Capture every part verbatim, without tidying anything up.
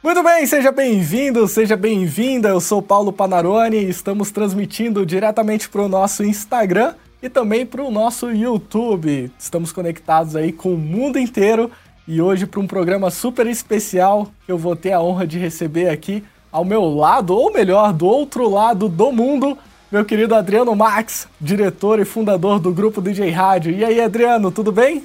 Muito bem, seja bem-vindo, seja bem-vinda, eu sou Paulo Panarone e estamos transmitindo diretamente para o nosso Instagram e também para o nosso YouTube. Estamos conectados aí com o mundo inteiro e hoje para um programa super especial que eu vou ter a honra de receber aqui ao meu lado, ou melhor, do outro lado do mundo, meu querido Adriano Max, diretor e fundador do Grupo D J Rádio. E aí, Adriano, tudo bem?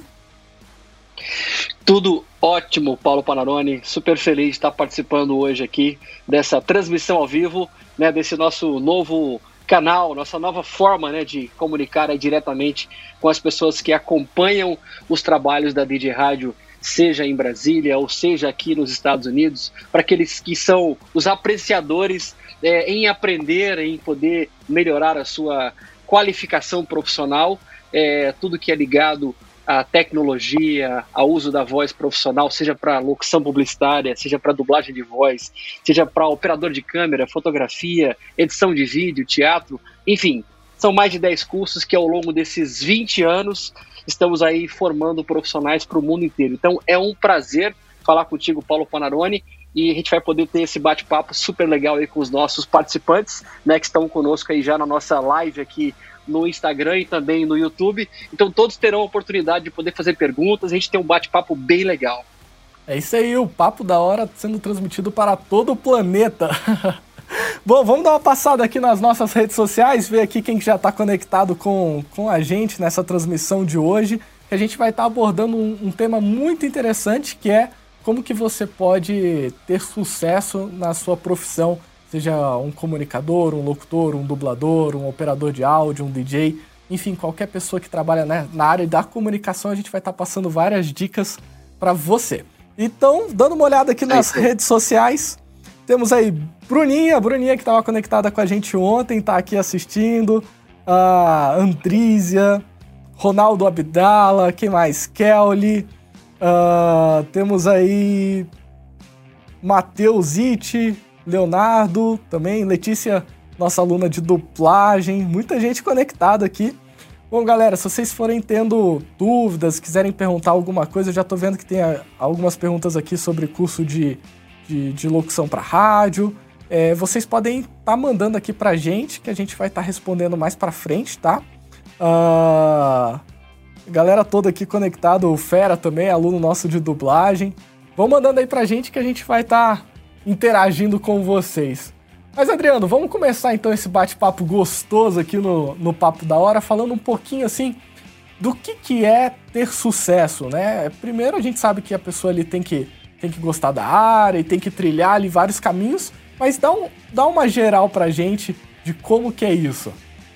Tudo ótimo, Paulo Panarone, super feliz de estar participando hoje aqui dessa transmissão ao vivo, né, desse nosso novo canal, nossa nova forma, né, de comunicar aí diretamente com as pessoas que acompanham os trabalhos da D J Rádio, seja em Brasília ou seja aqui nos Estados Unidos, para aqueles que são os apreciadores é, em aprender, em poder melhorar a sua qualificação profissional, é, tudo que é ligado a tecnologia, ao uso da voz profissional, seja para locução publicitária, seja para dublagem de voz, seja para operador de câmera, fotografia, edição de vídeo, teatro, enfim, são mais de dez cursos que ao longo desses vinte anos estamos aí formando profissionais para o mundo inteiro. Então é um prazer falar contigo, Paulo Panarone, e a gente vai poder ter esse bate-papo super legal aí com os nossos participantes, né, que estão conosco aí já na nossa live aqui no Instagram e também no YouTube. Então todos terão a oportunidade de poder fazer perguntas, a gente tem um bate-papo bem legal. É isso aí, o Papo da Hora sendo transmitido para todo o planeta. Bom, vamos dar uma passada aqui nas nossas redes sociais, ver aqui quem já está conectado com, com a gente nessa transmissão de hoje, que a gente vai estar tá abordando um, um tema muito interessante, que é como que você pode ter sucesso na sua profissão, seja um comunicador, um locutor, um dublador, um operador de áudio, um D J, enfim, qualquer pessoa que trabalha, né, na área da comunicação, a gente vai estar tá passando várias dicas para você. Então, dando uma olhada aqui nas redes sociais, temos aí Bruninha, Bruninha que estava conectada com a gente ontem, está aqui assistindo, a Andrízia, Ronaldo Abdala, quem mais? Kelly, uh, temos aí Matheus Iti, Leonardo também, Letícia, nossa aluna de dublagem, muita gente conectada aqui. Bom, galera, se vocês forem tendo dúvidas, quiserem perguntar alguma coisa, eu já tô vendo que tem algumas perguntas aqui sobre curso de, de, de locução para rádio. É, vocês podem estar tá mandando aqui pra gente, que a gente vai estar tá respondendo mais pra frente, tá? Uh, galera toda aqui conectada, o Fera também, aluno nosso de dublagem. Vão mandando aí pra gente que a gente vai estar tá interagindo com vocês. Mas, Adriano, vamos começar então esse bate-papo gostoso aqui no, no Papo da Hora, falando um pouquinho assim do que, que é ter sucesso, né? Primeiro a gente sabe que a pessoa ali tem que, tem que gostar da área e tem que trilhar ali vários caminhos, mas dá, um, dá uma geral pra gente de como que é isso.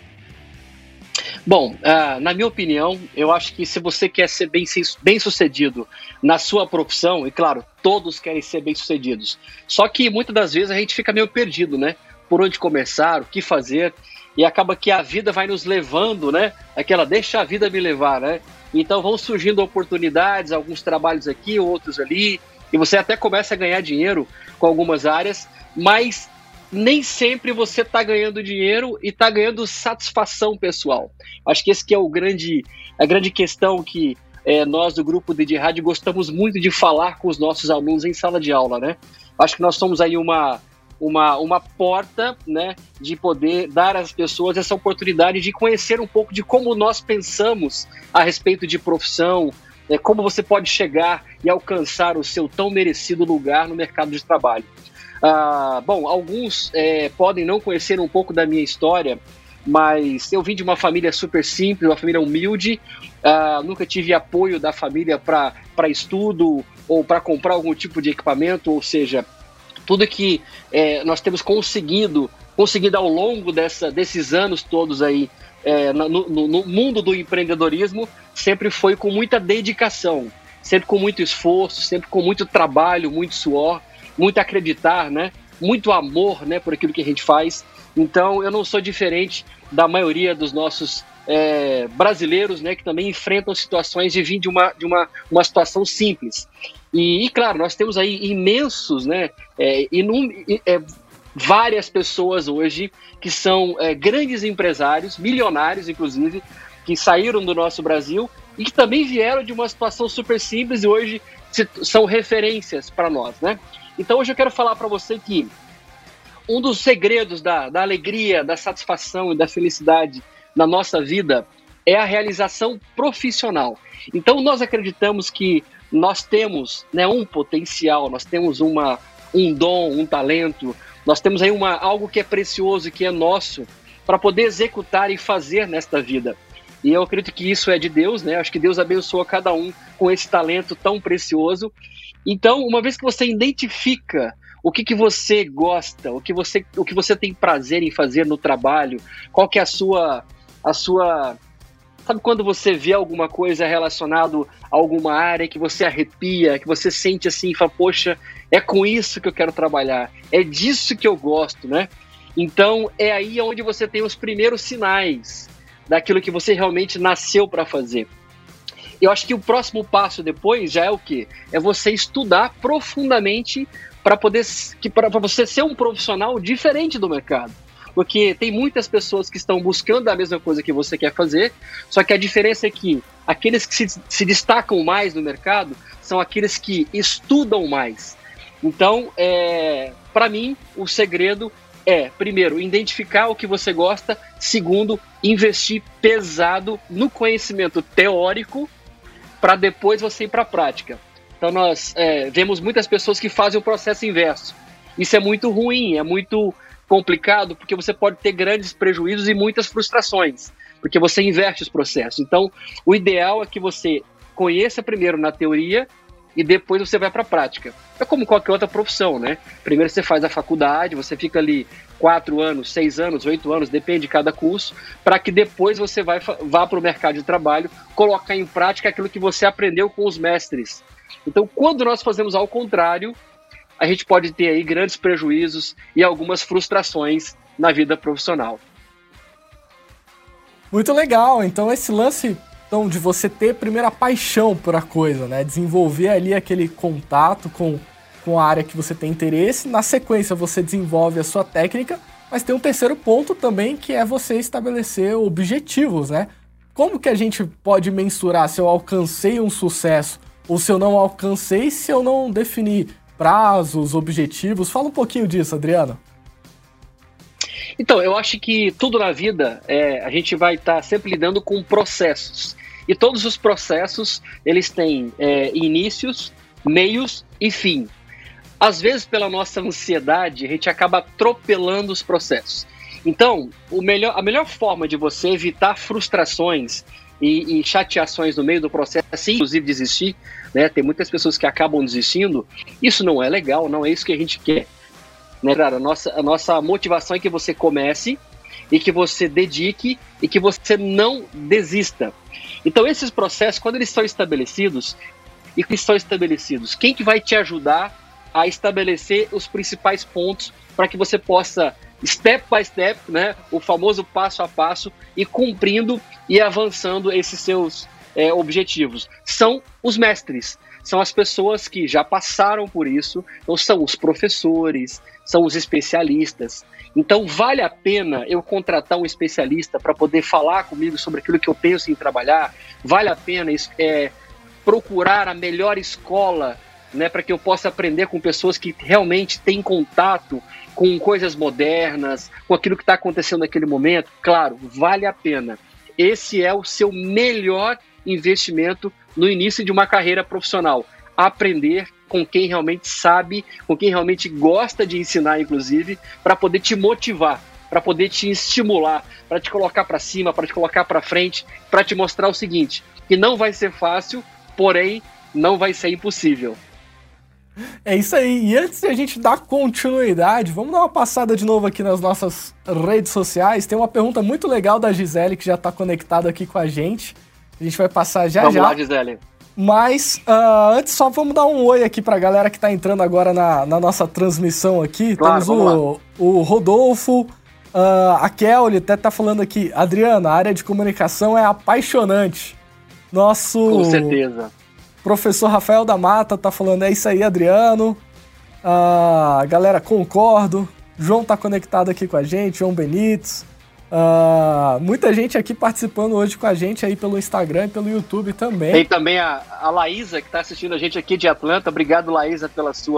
Bom, uh, na minha opinião, eu acho que se você quer ser bem, bem sucedido na sua profissão, e claro, todos querem ser bem sucedidos, só que muitas das vezes a gente fica meio perdido, né? Por onde começar, o que fazer, e acaba que a vida vai nos levando, né? Aquela deixa a vida me levar, né? Então vão surgindo oportunidades, alguns trabalhos aqui, outros ali, e você até começa a ganhar dinheiro com algumas áreas, mas nem sempre você está ganhando dinheiro e está ganhando satisfação pessoal. Acho que esse que é o grande, a grande questão que é, nós do Grupo D J Rádio gostamos muito de falar com os nossos alunos em sala de aula, né? Acho que nós somos aí uma, uma, uma porta, né, de poder dar às pessoas essa oportunidade de conhecer um pouco de como nós pensamos a respeito de profissão, é, como você pode chegar e alcançar o seu tão merecido lugar no mercado de trabalho. Ah, bom, alguns é, podem não conhecer um pouco da minha história, mas eu vim de uma família super simples, uma família humilde, ah, nunca tive apoio da família para estudo ou para comprar algum tipo de equipamento, ou seja, tudo que é, nós temos conseguido, conseguido ao longo dessa, desses anos todos aí, é, no, no, no mundo do empreendedorismo, sempre foi com muita dedicação, sempre com muito esforço, sempre com muito trabalho, muito suor, muito acreditar, né? Muito amor, né, por aquilo que a gente faz. Então, eu não sou diferente da maioria dos nossos é, brasileiros, né, que também enfrentam situações de vir de uma, de uma, uma situação simples. E, e, claro, nós temos aí imensos, né, é, inum, é, várias pessoas hoje que são é, grandes empresários, milionários, inclusive, que saíram do nosso Brasil e que também vieram de uma situação super simples e hoje se, são referências para nós, né? Então hoje eu quero falar para você que um dos segredos da, da alegria, da satisfação e da felicidade na nossa vida é a realização profissional. Então nós acreditamos que nós temos, né, um potencial, nós temos uma, um dom, um talento, nós temos aí uma, algo que é precioso e que é nosso para poder executar e fazer nesta vida. E eu acredito que isso é de Deus, né? Acho que Deus abençoa cada um com esse talento tão precioso. Então, uma vez que você identifica o que, que você gosta, o que você, o que você tem prazer em fazer no trabalho, qual que é a sua, a sua... Sabe quando você vê alguma coisa relacionada a alguma área que você arrepia, que você sente assim e fala, poxa, é com isso que eu quero trabalhar, é disso que eu gosto, né? Então, é aí onde você tem os primeiros sinais daquilo que você realmente nasceu para fazer. Eu acho que o próximo passo depois já é o quê? É você estudar profundamente para poder, para você ser um profissional diferente do mercado. Porque tem muitas pessoas que estão buscando a mesma coisa que você quer fazer, só que a diferença é que aqueles que se, se destacam mais no mercado são aqueles que estudam mais. Então, é, para mim, o segredo é, primeiro, identificar o que você gosta, segundo, investir pesado no conhecimento teórico para depois você ir para a prática. Então nós é, vemos muitas pessoas que fazem o processo inverso. Isso é muito ruim, é muito complicado, porque você pode ter grandes prejuízos e muitas frustrações, porque você inverte os processos. Então, o ideal é que você conheça primeiro na teoria e depois você vai para a prática. É como qualquer outra profissão, né? Primeiro você faz a faculdade, você fica ali quatro anos, seis anos, oito anos, depende de cada curso, para que depois você vai, vá para o mercado de trabalho, colocar em prática aquilo que você aprendeu com os mestres. Então, quando nós fazemos ao contrário, a gente pode ter aí grandes prejuízos e algumas frustrações na vida profissional. Muito legal. Então, esse lance então, de você ter primeiro a paixão por a coisa, né? Desenvolver ali aquele contato com, com a área que você tem interesse. Na sequência, você desenvolve a sua técnica, mas tem um terceiro ponto também, que é você estabelecer objetivos, né? Como que a gente pode mensurar se eu alcancei um sucesso ou se eu não alcancei, se eu não definir prazos, objetivos? Fala um pouquinho disso, Adriano. Então, eu acho que tudo na vida, é, a gente vai estar tá sempre lidando com processos. E todos os processos, eles têm é, inícios, meios e fim. Às vezes, pela nossa ansiedade, a gente acaba atropelando os processos. Então, o melhor, a melhor forma de você evitar frustrações e, e chateações no meio do processo, assim, inclusive desistir, né? Tem muitas pessoas que acabam desistindo. Isso não é legal, não é isso que a gente quer. Né, cara? A nossa, a nossa motivação é que você comece e que você dedique e que você não desista. Então, esses processos, quando eles são estabelecidos, e que estão estabelecidos, quem que vai te ajudar a estabelecer os principais pontos para que você possa, step by step, né, o famoso passo a passo, ir cumprindo e avançando esses seus é, objetivos? São os mestres. São as pessoas que já passaram por isso, então são os professores, são os especialistas. Então vale a pena eu contratar um especialista para poder falar comigo sobre aquilo que eu penso em trabalhar? Vale a pena é, procurar a melhor escola, né, para que eu possa aprender com pessoas que realmente têm contato com coisas modernas, com aquilo que está acontecendo naquele momento? Claro, vale a pena. Esse é o seu melhor investimento no início de uma carreira profissional. Aprender com quem realmente sabe, com quem realmente gosta de ensinar, inclusive, para poder te motivar, para poder te estimular, para te colocar para cima, para te colocar para frente, para te mostrar o seguinte, que não vai ser fácil, porém não vai ser impossível. É isso aí. E antes de a gente dar continuidade, vamos dar uma passada de novo aqui nas nossas redes sociais. Tem uma pergunta muito legal da Gisele, que já está conectada aqui com a gente. A gente vai passar já vamos já. Vamos lá, Gisele. Mas uh, antes só vamos dar um oi aqui pra galera que tá entrando agora na, na nossa transmissão aqui. Claro, Temos o, o Rodolfo, uh, a Kelly até tá falando aqui. Adriana, a área de comunicação é apaixonante. Nosso Com certeza. Professor Rafael da Mata tá falando, é isso aí, Adriano. Uh, galera, concordo. João tá conectado aqui com a gente, João Benites. Uh, muita gente aqui participando hoje com a gente aí pelo Instagram e pelo YouTube também. Tem também a, a Laísa, que está assistindo a gente aqui de Atlanta. Obrigado, Laísa, pela sua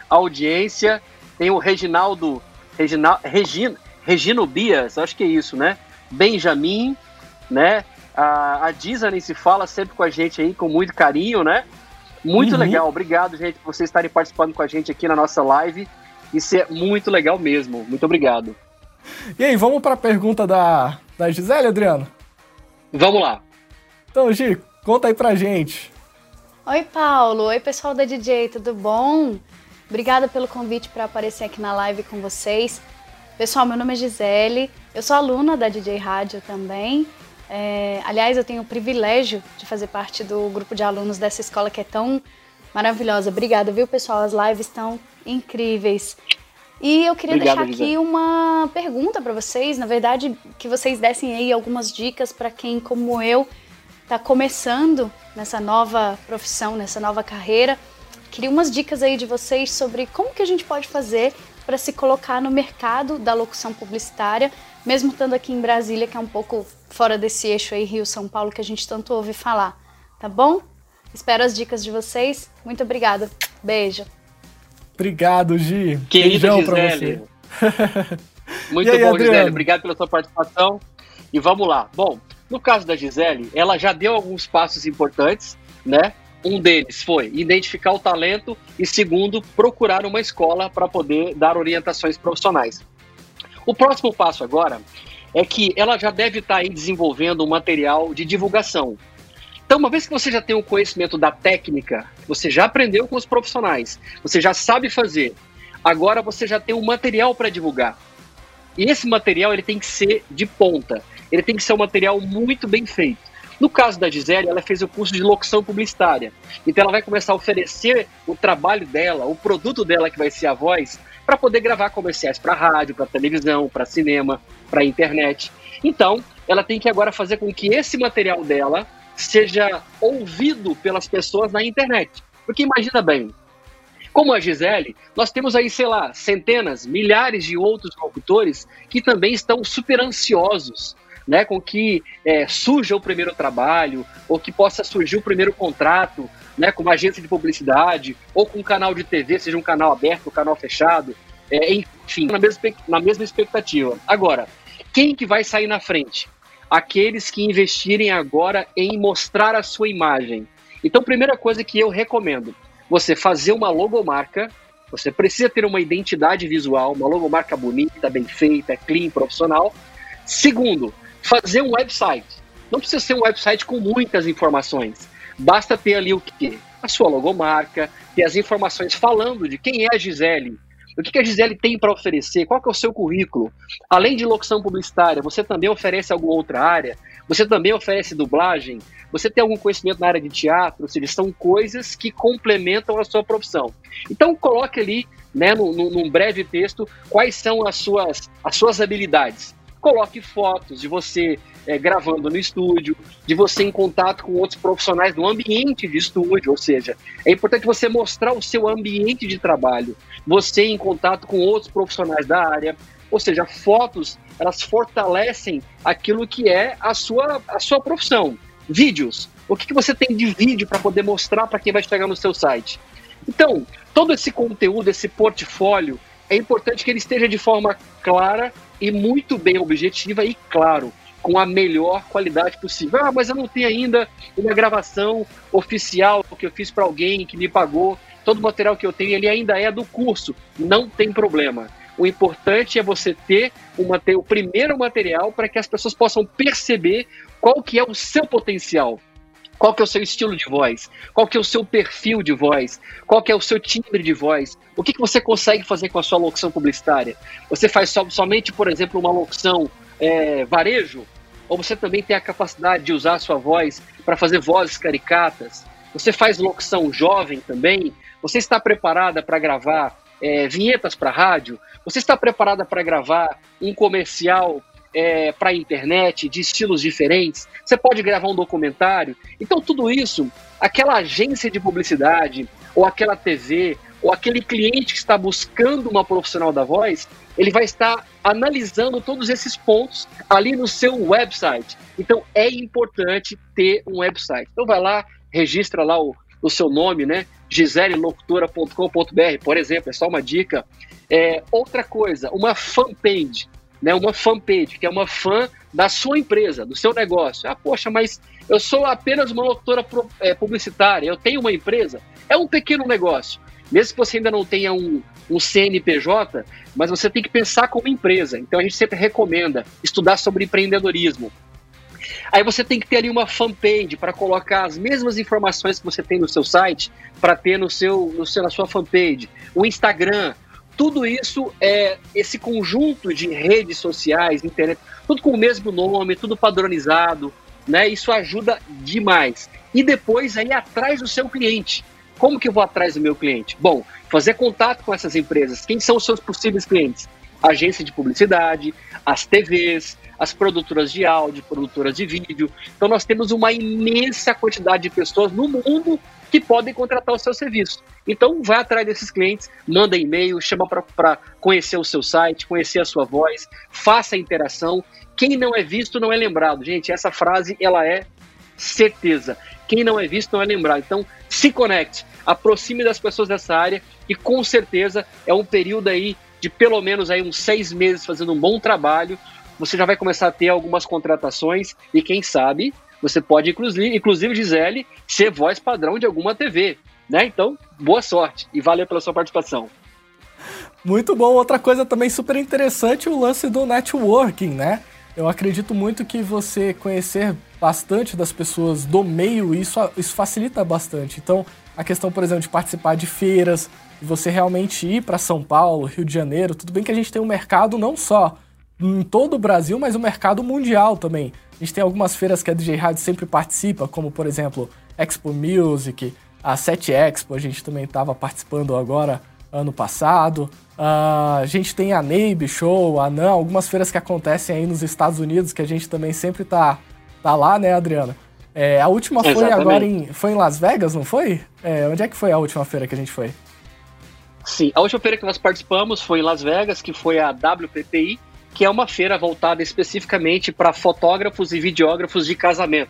audiência. Tem o Reginaldo, Regina, Regina, Regino Bias, acho que é isso, né? Benjamin, né? A, a Disney se fala sempre com a gente aí, com muito carinho, né? Muito uhum. legal, obrigado, gente, por vocês estarem participando com a gente aqui na nossa live. Isso é muito legal mesmo, muito obrigado. E aí, vamos para a pergunta da, da Gisele, Adriano? Vamos lá. Então, Gi, conta aí pra gente. Oi, Paulo. Oi, pessoal da D J, tudo bom? Obrigada pelo convite para aparecer aqui na live com vocês. Pessoal, meu nome é Gisele, eu sou aluna da D J Rádio também. É, aliás, eu tenho o privilégio de fazer parte do grupo de alunos dessa escola que é tão maravilhosa. Obrigada, viu, pessoal? As lives estão incríveis. E eu queria Obrigado, deixar aqui Gisele. uma pergunta para vocês, na verdade, que vocês dessem aí algumas dicas para quem, como eu, está começando nessa nova profissão, nessa nova carreira. Queria umas dicas aí de vocês sobre como que a gente pode fazer para se colocar no mercado da locução publicitária, mesmo estando aqui em Brasília, que é um pouco fora desse eixo aí, Rio-São Paulo, que a gente tanto ouve falar, tá bom? Espero as dicas de vocês. Muito obrigada. Beijo. Obrigado, Gi. Querida Gisele. Muito aí, bom, Adriano? Gisele. Obrigado pela sua participação. E vamos lá. Bom, no caso da Gisele, ela já deu alguns passos importantes, né? Um deles foi identificar o talento e, segundo, procurar uma escola para poder dar orientações profissionais. O próximo passo agora é que ela já deve estar aí desenvolvendo um material de divulgação. Então, uma vez que você já tem o conhecimento da técnica, você já aprendeu com os profissionais, você já sabe fazer, agora você já tem um material para divulgar. E esse material ele tem que ser de ponta, ele tem que ser um material muito bem feito. No caso da Gisele, ela fez o curso de locução publicitária. Então ela vai começar a oferecer o trabalho dela, o produto dela, que vai ser a voz, para poder gravar comerciais para rádio, para televisão, para cinema, para internet. Então, ela tem que agora fazer com que esse material dela seja ouvido pelas pessoas na internet. Porque imagina bem, como a Gisele, nós temos aí, sei lá, centenas, milhares de outros locutores que também estão super ansiosos, né, com que é, surja o primeiro trabalho, ou que possa surgir o primeiro contrato, né, com uma agência de publicidade, ou com um canal de T V, seja um canal aberto, um canal fechado, é, enfim, na mesma, na mesma expectativa. Agora, quem que vai sair na frente? Aqueles que investirem agora em mostrar a sua imagem. Então, primeira coisa que eu recomendo, você fazer uma logomarca. Você precisa ter uma identidade visual, uma logomarca bonita, bem feita, clean, profissional. Segundo, fazer um website. Não precisa ser um website com muitas informações. Basta ter ali o quê? A sua logomarca, ter as informações falando de quem é a Gisele, o que a Gisele tem para oferecer, qual que é o seu currículo. Além de locução publicitária, você também oferece alguma outra área? Você também oferece dublagem? Você tem algum conhecimento na área de teatro? Ou seja, são coisas que complementam a sua profissão. Então, coloque ali, né, num, num breve texto, quais são as suas, as suas habilidades. Coloque fotos de você é, gravando no estúdio, de você em contato com outros profissionais no ambiente de estúdio, ou seja, é importante você mostrar o seu ambiente de trabalho, você em contato com outros profissionais da área, ou seja, fotos, elas fortalecem aquilo que é a sua, a sua profissão. Vídeos, o que, que você tem de vídeo para poder mostrar para quem vai chegar no seu site? Então, todo esse conteúdo, esse portfólio, é importante que ele esteja de forma clara e muito bem objetiva e, claro, com a melhor qualidade possível. Ah, mas eu não tenho ainda uma gravação oficial que eu fiz para alguém que me pagou. Todo o material que eu tenho, ele ainda é do curso. Não tem problema. O importante é você ter, uma, ter o primeiro material para que as pessoas possam perceber qual que é o seu potencial. Qual que é o seu estilo de voz? Qual que é o seu perfil de voz? Qual que é o seu timbre de voz? O que, que você consegue fazer com a sua locução publicitária? Você faz so, somente, por exemplo, uma locução é, varejo? Ou você também tem a capacidade de usar a sua voz para fazer vozes caricatas? Você faz locução jovem também? Você está preparada para gravar é, vinhetas para rádio? Você está preparada para gravar um comercial É, para a internet, de estilos diferentes? Você pode gravar um documentário? Então tudo isso, aquela agência de publicidade, ou aquela T V, ou aquele cliente que está buscando uma profissional da voz, ele vai estar analisando todos esses pontos ali no seu website. Então é importante ter um website. Então vai lá, registra lá o, o seu nome, né? gisele locutora ponto com ponto b r, por exemplo, é só uma dica. É, outra coisa, uma fanpage, né? Uma fanpage, que é uma fã da sua empresa, do seu negócio. Ah, poxa, mas eu sou apenas uma locutora publicitária, eu tenho uma empresa. É um pequeno negócio. Mesmo que você ainda não tenha um, um C N P J, mas você tem que pensar como empresa. Então a gente sempre recomenda estudar sobre empreendedorismo. Aí você tem que ter ali uma fanpage para colocar as mesmas informações que você tem no seu site, para ter no seu, no seu, na sua fanpage. O Instagram, tudo isso é esse conjunto de redes sociais, internet, tudo com o mesmo nome, tudo padronizado, né? Isso ajuda demais. E depois aí atrás do seu cliente. Como que eu vou atrás do meu cliente? Bom, fazer contato com essas empresas. Quem são os seus possíveis clientes? Agência de publicidade, as T Vs, as produtoras de áudio, produtoras de vídeo. Então nós temos uma imensa quantidade de pessoas no mundo que podem contratar o seu serviço. Então vai atrás desses clientes, manda e-mail, chama para conhecer o seu site, conhecer a sua voz, faça a interação. Quem não é visto não é lembrado. Gente, essa frase ela é certeza. Quem não é visto não é lembrado. Então se conecte, aproxime das pessoas dessa área e com certeza é um período aí de pelo menos aí uns seis meses fazendo um bom trabalho. Você já vai começar a ter algumas contratações e quem sabe você pode, inclusive, inclusive Gisele, ser voz padrão de alguma T V, né? Então, boa sorte e valeu pela sua participação. Muito bom. Outra coisa também super interessante, o lance do networking, né? Eu acredito muito que você conhecer bastante das pessoas do meio, isso, isso facilita bastante. Então, a questão, por exemplo, de participar de feiras, de você realmente ir para São Paulo, Rio de Janeiro, tudo bem que a gente tem um mercado não só em todo o Brasil, mas um mercado mundial também. A gente tem algumas feiras que a D J Rádio sempre participa, como, por exemplo, Expo Music, a sete Expo, a gente também estava participando agora, ano passado. Uh, a gente tem a N E I B Show, a NAM, algumas feiras que acontecem aí nos Estados Unidos, que a gente também sempre tá, tá lá, né, Adriana? É, a última foi Exatamente. agora em, foi em Las Vegas, não foi? É, onde é que foi a última feira que a gente foi? Sim, a última feira que nós participamos foi em Las Vegas, que foi a W P P I, que é uma feira voltada especificamente para fotógrafos e videógrafos de casamento.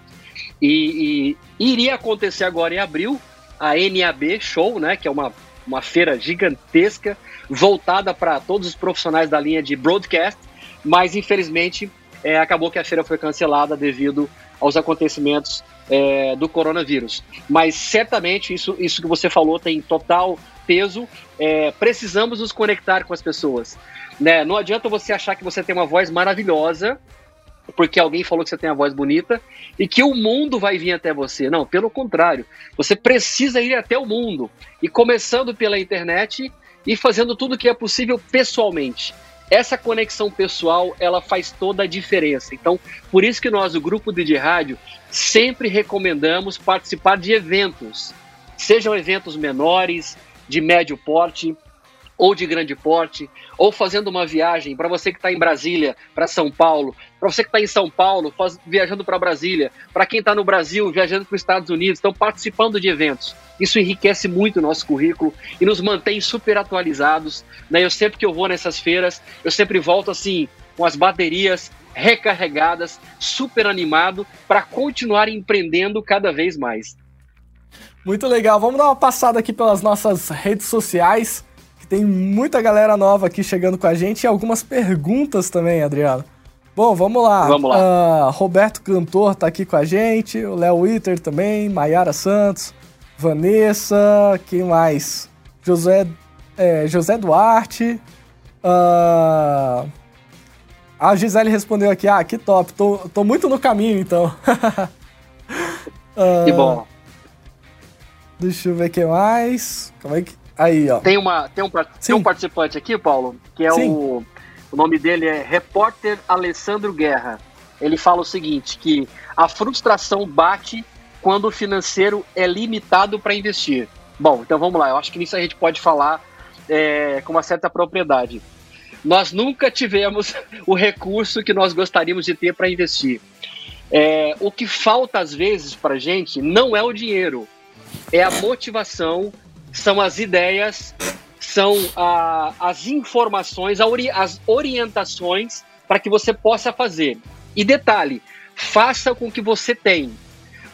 E, e iria acontecer agora em abril a N A B Show, né, que é uma, uma feira gigantesca, voltada para todos os profissionais da linha de broadcast, mas infelizmente é, acabou que a feira foi cancelada devido aos acontecimentos é, do coronavírus. Mas certamente isso, isso que você falou tem total peso. É, precisamos nos conectar com as pessoas, né? Não adianta você achar que você tem uma voz maravilhosa porque alguém falou que você tem a voz bonita e que o mundo vai vir até você. Não, pelo contrário, você precisa ir até o mundo e começando pela internet e fazendo tudo o que é possível pessoalmente. Essa conexão pessoal, ela faz toda a diferença. Então, por isso que nós, o Grupo D J Rádio, sempre recomendamos participar de eventos, sejam eventos menores, de médio porte ou de grande porte, ou fazendo uma viagem, para você que está em Brasília, para São Paulo, para você que está em São Paulo, faz, viajando para Brasília, para quem está no Brasil, viajando para os Estados Unidos, estão participando de eventos. Isso enriquece muito o nosso currículo e nos mantém super atualizados, né? Eu sempre que eu vou nessas feiras, eu sempre volto assim, com as baterias recarregadas, super animado, para continuar empreendendo cada vez mais. Muito legal. Vamos dar uma passada aqui pelas nossas redes sociais, que tem muita galera nova aqui chegando com a gente e algumas perguntas também, Adriano. Bom, vamos lá. Vamos lá. Uh, Roberto Cantor tá aqui com a gente, o Léo Witter também, Maiara Santos, Vanessa, quem mais? José, é, José Duarte. Uh, a Gisele respondeu aqui, ah, que top, tô, tô muito no caminho, então. uh, que bom. Deixa eu ver o que mais. Como é que... Aí, ó. Tem, uma, tem, um, tem um participante aqui, Paulo, que é o... O nome dele é Repórter Alessandro Guerra. Ele fala o seguinte, que a frustração bate quando o financeiro é limitado para investir. Bom, então vamos lá. Eu acho que nisso a gente pode falar é, com uma certa propriedade. Nós nunca tivemos o recurso que nós gostaríamos de ter para investir. É, o que falta às vezes para a gente não é o dinheiro, é a motivação, são as ideias, são a, as informações, a ori- as orientações para que você possa fazer. E detalhe, faça com o que você tem.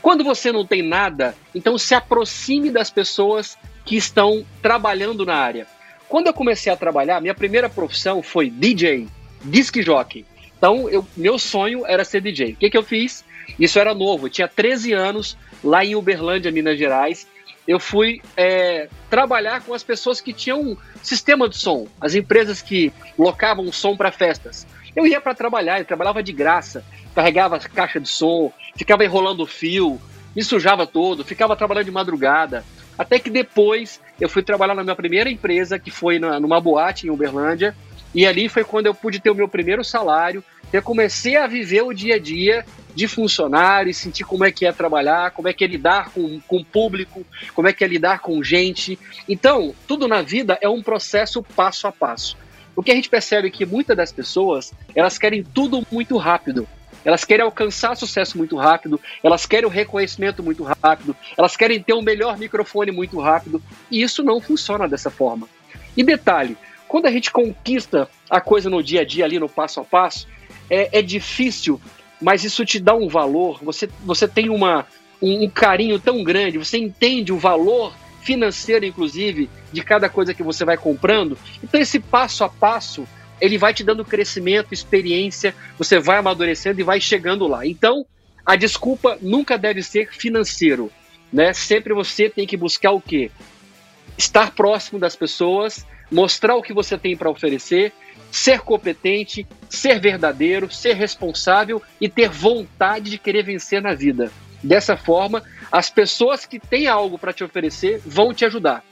Quando você não tem nada, então se aproxime das pessoas que estão trabalhando na área. Quando eu comecei a trabalhar, minha primeira profissão foi D J, disc jockey. Então, eu, meu sonho era ser D J. O que, que eu fiz? Isso era novo, eu tinha treze anos, lá em Uberlândia, Minas Gerais. Eu fui é, trabalhar com as pessoas que tinham um sistema de som, as empresas que locavam som para festas. Eu ia para trabalhar, eu trabalhava de graça, carregava caixa de som, ficava enrolando o fio, me sujava todo, ficava trabalhando de madrugada. Até que depois eu fui trabalhar na minha primeira empresa, que foi na, numa boate em Uberlândia, e ali foi quando eu pude ter o meu primeiro salário. Eu comecei a viver o dia a dia de funcionário e sentir como é que é trabalhar, como é que é lidar com, com o público, como é que é lidar com gente. Então, tudo na vida é um processo passo a passo. O que a gente percebe é que muitas das pessoas, elas querem tudo muito rápido. Elas querem alcançar sucesso muito rápido, elas querem o reconhecimento muito rápido, elas querem ter o melhor microfone muito rápido, e isso não funciona dessa forma. E detalhe, quando a gente conquista a coisa no dia a dia, ali no passo a passo, é, é difícil, mas isso te dá um valor, você, você tem uma, um, um carinho tão grande, você entende o valor financeiro, inclusive, de cada coisa que você vai comprando. Então esse passo a passo, ele vai te dando crescimento, experiência, você vai amadurecendo e vai chegando lá. Então, a desculpa nunca deve ser financeiro, né? Sempre você tem que buscar o quê? Estar próximo das pessoas, mostrar o que você tem para oferecer, ser competente, ser verdadeiro, ser responsável e ter vontade de querer vencer na vida. Dessa forma, as pessoas que têm algo para te oferecer vão te ajudar.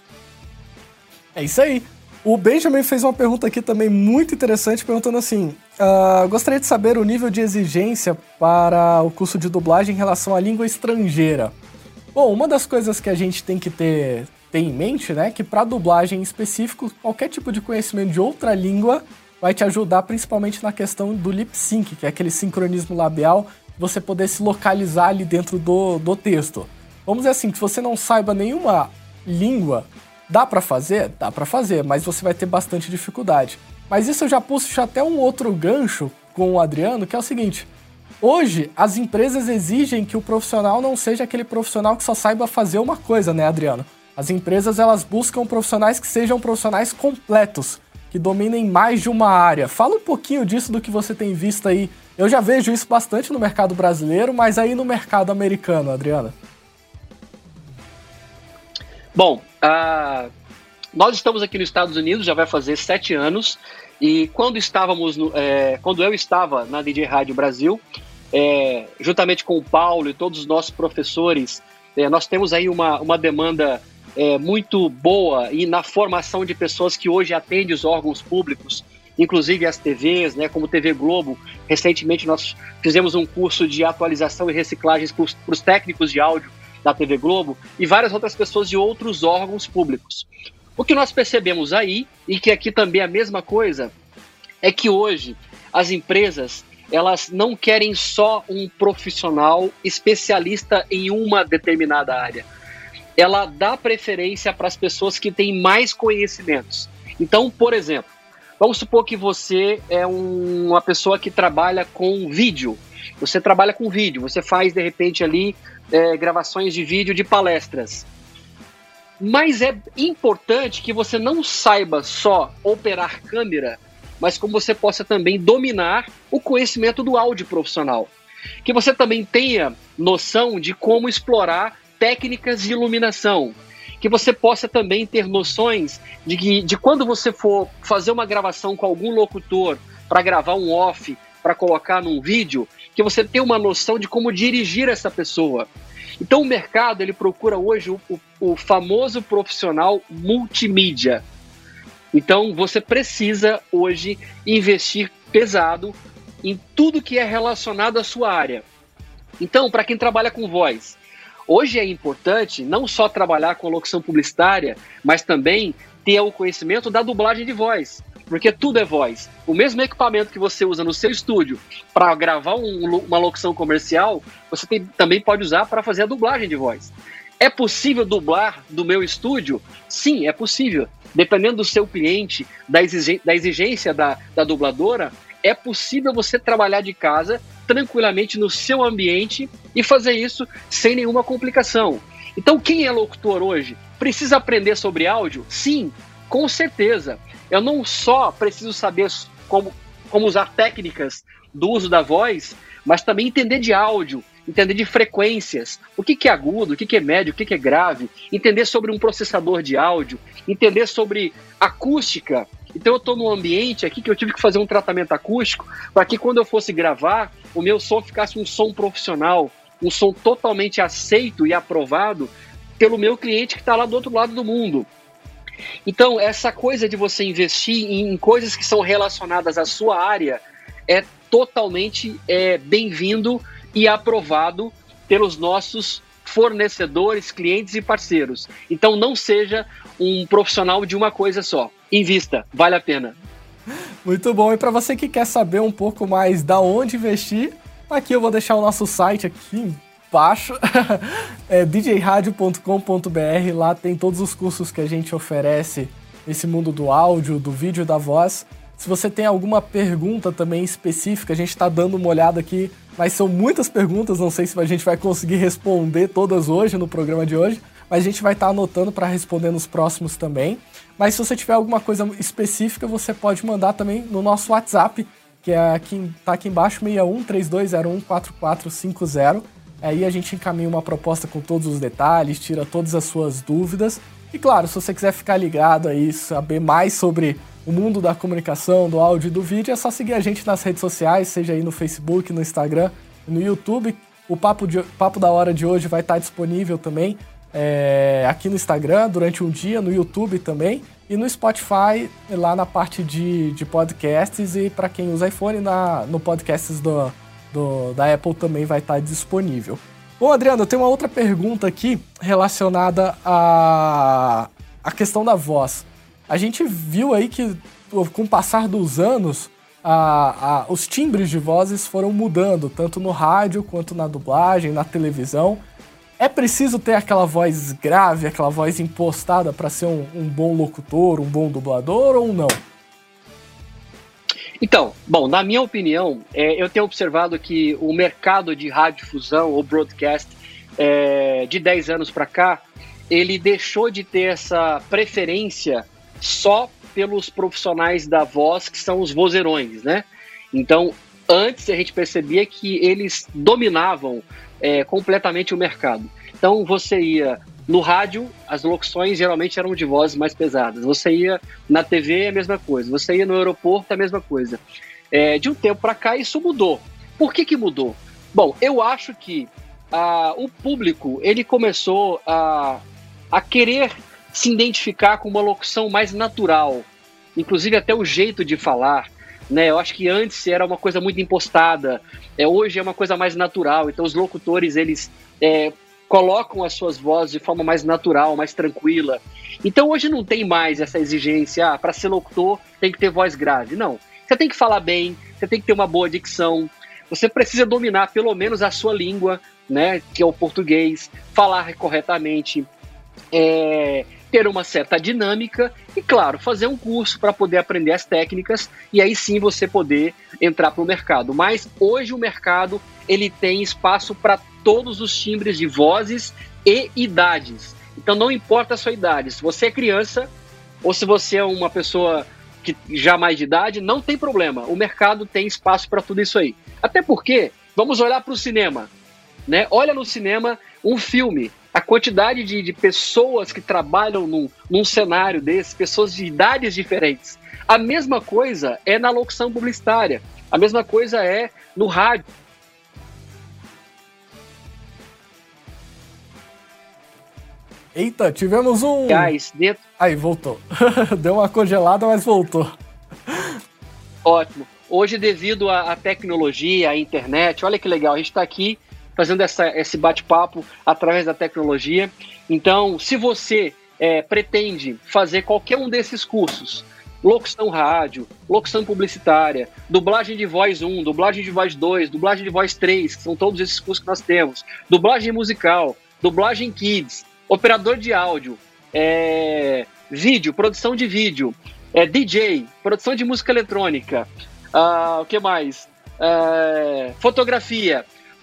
É isso aí. O Benjamin fez uma pergunta aqui também muito interessante, perguntando assim, uh, gostaria de saber o nível de exigência para o curso de dublagem em relação à língua estrangeira. Bom, uma das coisas que a gente tem que ter, ter em mente, né, que para dublagem em específico, qualquer tipo de conhecimento de outra língua vai te ajudar principalmente na questão do lip sync, que é aquele sincronismo labial, você poder se localizar ali dentro do, do texto. Vamos dizer assim, que se você não saiba nenhuma língua, dá pra fazer? Dá pra fazer, mas você vai ter bastante dificuldade. Mas isso eu já puxo até um outro gancho com o Adriano, que é o seguinte. Hoje, as empresas exigem que o profissional não seja aquele profissional que só saiba fazer uma coisa, né, Adriano? As empresas, elas buscam profissionais que sejam profissionais completos, que dominem mais de uma área. Fala um pouquinho disso, do que você tem visto aí. Eu já vejo isso bastante no mercado brasileiro, mas aí no mercado americano, Adriano. Bom, uh, nós estamos aqui nos Estados Unidos, já vai fazer sete anos, e quando estávamos, no, é, quando eu estava na D J Rádio Brasil, é, juntamente com o Paulo e todos os nossos professores, é, nós temos aí uma, uma demanda é, muito boa e na formação de pessoas que hoje atendem os órgãos públicos, inclusive as T Vs, né, como T V Globo. Recentemente nós fizemos um curso de atualização e reciclagens para os técnicos de áudio da T V Globo e várias outras pessoas de outros órgãos públicos. O que nós percebemos aí, e que aqui também é a mesma coisa, é que hoje as empresas, elas não querem só um profissional especialista em uma determinada área. Ela dá preferência para as pessoas que têm mais conhecimentos. Então, por exemplo, vamos supor que você é um, uma pessoa que trabalha com vídeo. Você trabalha com vídeo, você faz de repente ali É, gravações de vídeo de palestras. Mas é importante que você não saiba só operar câmera, mas como você possa também dominar o conhecimento do áudio profissional. Que você também tenha noção de como explorar técnicas de iluminação. Que você possa também ter noções de que de quando você for fazer uma gravação com algum locutor para gravar um off, para colocar num vídeo, que você tenha uma noção de como dirigir essa pessoa. Então o mercado, ele procura hoje o, o, o famoso profissional multimídia. Então você precisa hoje investir pesado em tudo que é relacionado à sua área. Então, para quem trabalha com voz, hoje é importante não só trabalhar com a locução publicitária, mas também ter o conhecimento da dublagem de voz. Porque tudo é voz. O mesmo equipamento que você usa no seu estúdio para gravar um, uma locução comercial, você tem, também pode usar para fazer a dublagem de voz. É possível dublar do meu estúdio? Sim, é possível. Dependendo do seu cliente, da exigência, da, exigência da, da dubladora, é possível você trabalhar de casa tranquilamente no seu ambiente e fazer isso sem nenhuma complicação. Então, quem é locutor hoje precisa aprender sobre áudio? Sim, com certeza. Eu não só preciso saber como, como usar técnicas do uso da voz, mas também entender de áudio, entender de frequências, o que, que é agudo, o que, que é médio, o que, que é grave, entender sobre um processador de áudio, entender sobre acústica. Então eu estou num ambiente aqui que eu tive que fazer um tratamento acústico para que quando eu fosse gravar, o meu som ficasse um som profissional, um som totalmente aceito e aprovado pelo meu cliente que está lá do outro lado do mundo. Então, essa coisa de você investir em coisas que são relacionadas à sua área é totalmente é, bem-vindo e aprovado pelos nossos fornecedores, clientes e parceiros. Então, não seja um profissional de uma coisa só. Invista, vale a pena. Muito bom. E para você que quer saber um pouco mais da onde investir, aqui eu vou deixar o nosso site aqui embaixo, é d j radio ponto com ponto b r. Lá tem todos os cursos que a gente oferece nesse mundo do áudio, do vídeo e da voz. Se você tem alguma pergunta também específica, a gente está dando uma olhada aqui, mas são muitas perguntas, não sei se a gente vai conseguir responder todas hoje no programa de hoje, mas a gente vai estar tá anotando para responder nos próximos também. Mas se você tiver alguma coisa específica, você pode mandar também no nosso WhatsApp, que é aqui, tá aqui embaixo, seis um três dois zero um quatro quatro cinco zero. Aí a gente encaminha uma proposta com todos os detalhes, tira todas as suas dúvidas. E claro, se você quiser ficar ligado aí, saber mais sobre o mundo da comunicação, do áudio e do vídeo, é só seguir a gente nas redes sociais, seja aí no Facebook, no Instagram, no YouTube. O Papo, de, Papo da Hora de hoje vai estar disponível também é, aqui no Instagram durante um dia, no YouTube também, e no Spotify, lá na parte de, de podcasts, e para quem usa iPhone, na, no podcasts do... Do, da Apple também vai estar disponível. Bom, Adriano, eu tenho uma outra pergunta aqui relacionada à, à questão da voz. A gente viu aí que, com o passar dos anos, a, a, os timbres de vozes foram mudando, tanto no rádio quanto na dublagem, na televisão. É preciso ter aquela voz grave, aquela voz impostada para ser um, um bom locutor, um bom dublador ou não? Então, bom, na minha opinião, é, eu tenho observado que o mercado de radiodifusão ou broadcast é, de dez anos para cá, ele deixou de ter essa preferência só pelos profissionais da voz, que são os vozeirões, né? Então, antes a gente percebia que eles dominavam é, completamente o mercado. Então, você ia no rádio, as locuções geralmente eram de vozes mais pesadas. Você ia na T V, a mesma coisa. Você ia no aeroporto, a mesma coisa. É, de um tempo para cá, isso mudou. Por que que mudou? Bom, eu acho que ah, o público ele começou a, a querer se identificar com uma locução mais natural. Inclusive até o jeito de falar. Né? Eu acho que antes era uma coisa muito impostada. É, hoje é uma coisa mais natural. Então os locutores, eles... É, colocam as suas vozes de forma mais natural, mais tranquila. Então hoje não tem mais essa exigência, ah, para ser locutor tem que ter voz grave. Não, você tem que falar bem, você tem que ter uma boa dicção, você precisa dominar pelo menos a sua língua, né, que é o português, falar corretamente, é, ter uma certa dinâmica e, claro, fazer um curso para poder aprender as técnicas e aí sim você poder entrar para o mercado. Mas hoje o mercado ele tem espaço para todos os timbres de vozes e idades. Então não importa a sua idade, se você é criança ou se você é uma pessoa que já mais de idade, não tem problema. O mercado tem espaço para tudo isso aí. Até porque, vamos olhar para o cinema, né? Olha no cinema um filme, a quantidade de, de pessoas que trabalham num, num cenário desse, pessoas de idades diferentes. A mesma coisa é na locução publicitária, a mesma coisa é no rádio. Eita, tivemos um... Gás dentro... Aí, voltou. Deu uma congelada, mas voltou. Ótimo. Hoje, devido à tecnologia, à internet, olha que legal, a gente está aqui fazendo essa, esse bate-papo através da tecnologia. Então, se você é, pretende fazer qualquer um desses cursos, locução rádio, locução publicitária, dublagem de voz um, dublagem de voz dois, dublagem de voz três, que são todos esses cursos que nós temos, dublagem musical, dublagem kids, operador de áudio, é, vídeo, produção de vídeo, é, D J, produção de música eletrônica, uh, o que mais? Uh, fotografia.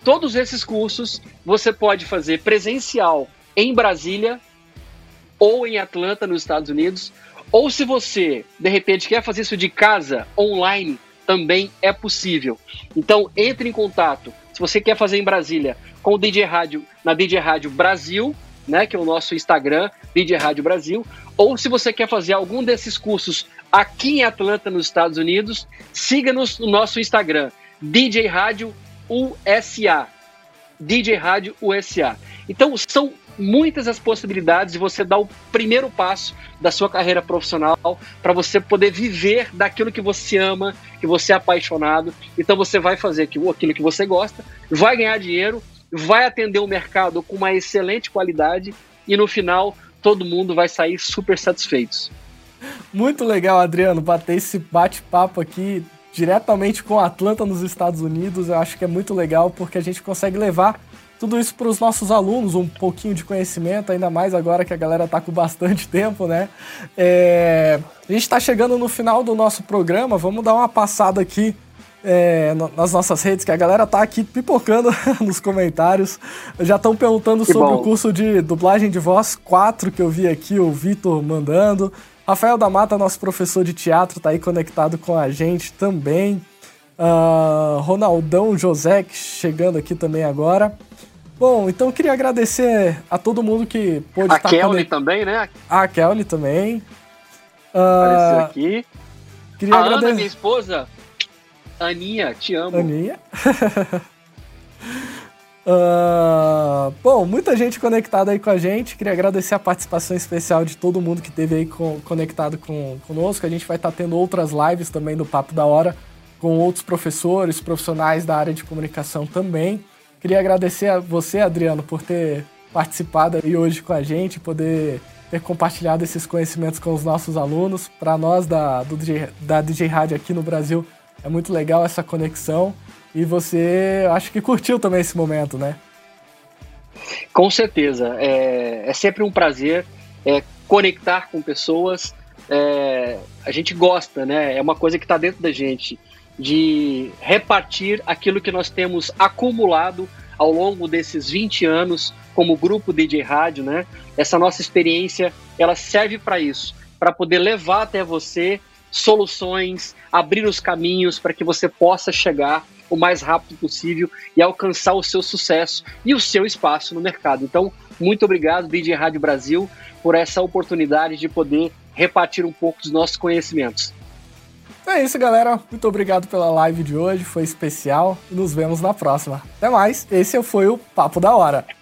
todos esses cursos você pode fazer presencial em Brasília ou em Atlanta, nos Estados Unidos, ou se você, de repente, quer fazer isso de casa, online, também é possível. Então, entre em contato, se você quer fazer em Brasília, com o D J Rádio, na D J Rádio Brasil, né, que é o nosso Instagram, D J Rádio Brasil, ou se você quer fazer algum desses cursos aqui em Atlanta, nos Estados Unidos, siga-nos no nosso Instagram, D J Rádio U S A. D J Rádio U S A. Então, são muitas as possibilidades de você dar o primeiro passo da sua carreira profissional para você poder viver daquilo que você ama, que você é apaixonado. Então, você vai fazer aquilo que você gosta, vai ganhar dinheiro, vai atender o mercado com uma excelente qualidade e, no final, todo mundo vai sair super satisfeitos. Muito legal, Adriano, bater esse bate-papo aqui diretamente com Atlanta, nos Estados Unidos. Eu acho que é muito legal porque a gente consegue levar tudo isso para os nossos alunos, um pouquinho de conhecimento, ainda mais agora que a galera está com bastante tempo, né? É, a gente está chegando no final do nosso programa, vamos dar uma passada aqui é, nas nossas redes, que a galera tá aqui pipocando nos comentários. Já estão perguntando que sobre bom. o curso de dublagem de voz quatro que eu vi aqui, o Vitor mandando. Rafael da Mata, nosso professor de teatro, tá aí conectado com a gente também. Uh, Ronaldão José, chegando aqui também agora. Bom, então eu queria agradecer a todo mundo que pôde a estar... A Kelly conect... também, né? A Kelly também. Uh, Apareceu aqui. Queria a agradecer... Ana, minha esposa. Aninha, te amo. Aninha. uh, bom, muita gente conectada aí com a gente. Queria agradecer a participação especial de todo mundo que esteve aí com, conectado com, conosco. A gente vai estar tendo outras lives também do Papo da Hora com outros professores, profissionais da área de comunicação também. Queria agradecer a você, Adriano, por ter participado aí hoje com a gente, poder ter compartilhado esses conhecimentos com os nossos alunos. Para nós da, do D J, da D J Rádio aqui no Brasil, é muito legal essa conexão. E você, acho que curtiu também esse momento, né? Com certeza. É, é sempre um prazer é, conectar com pessoas. É, a gente gosta, né? É uma coisa que está dentro da gente, de repartir aquilo que nós temos acumulado ao longo desses vinte anos como grupo D J Rádio, né? Essa nossa experiência, ela serve para isso, para poder levar até você soluções, abrir os caminhos para que você possa chegar o mais rápido possível e alcançar o seu sucesso e o seu espaço no mercado. Então, muito obrigado, D J Rádio Brasil, por essa oportunidade de poder repartir um pouco dos nossos conhecimentos. É isso, galera. Muito obrigado pela live de hoje. Foi especial. E nos vemos na próxima. Até mais. Esse foi o Papo da Hora.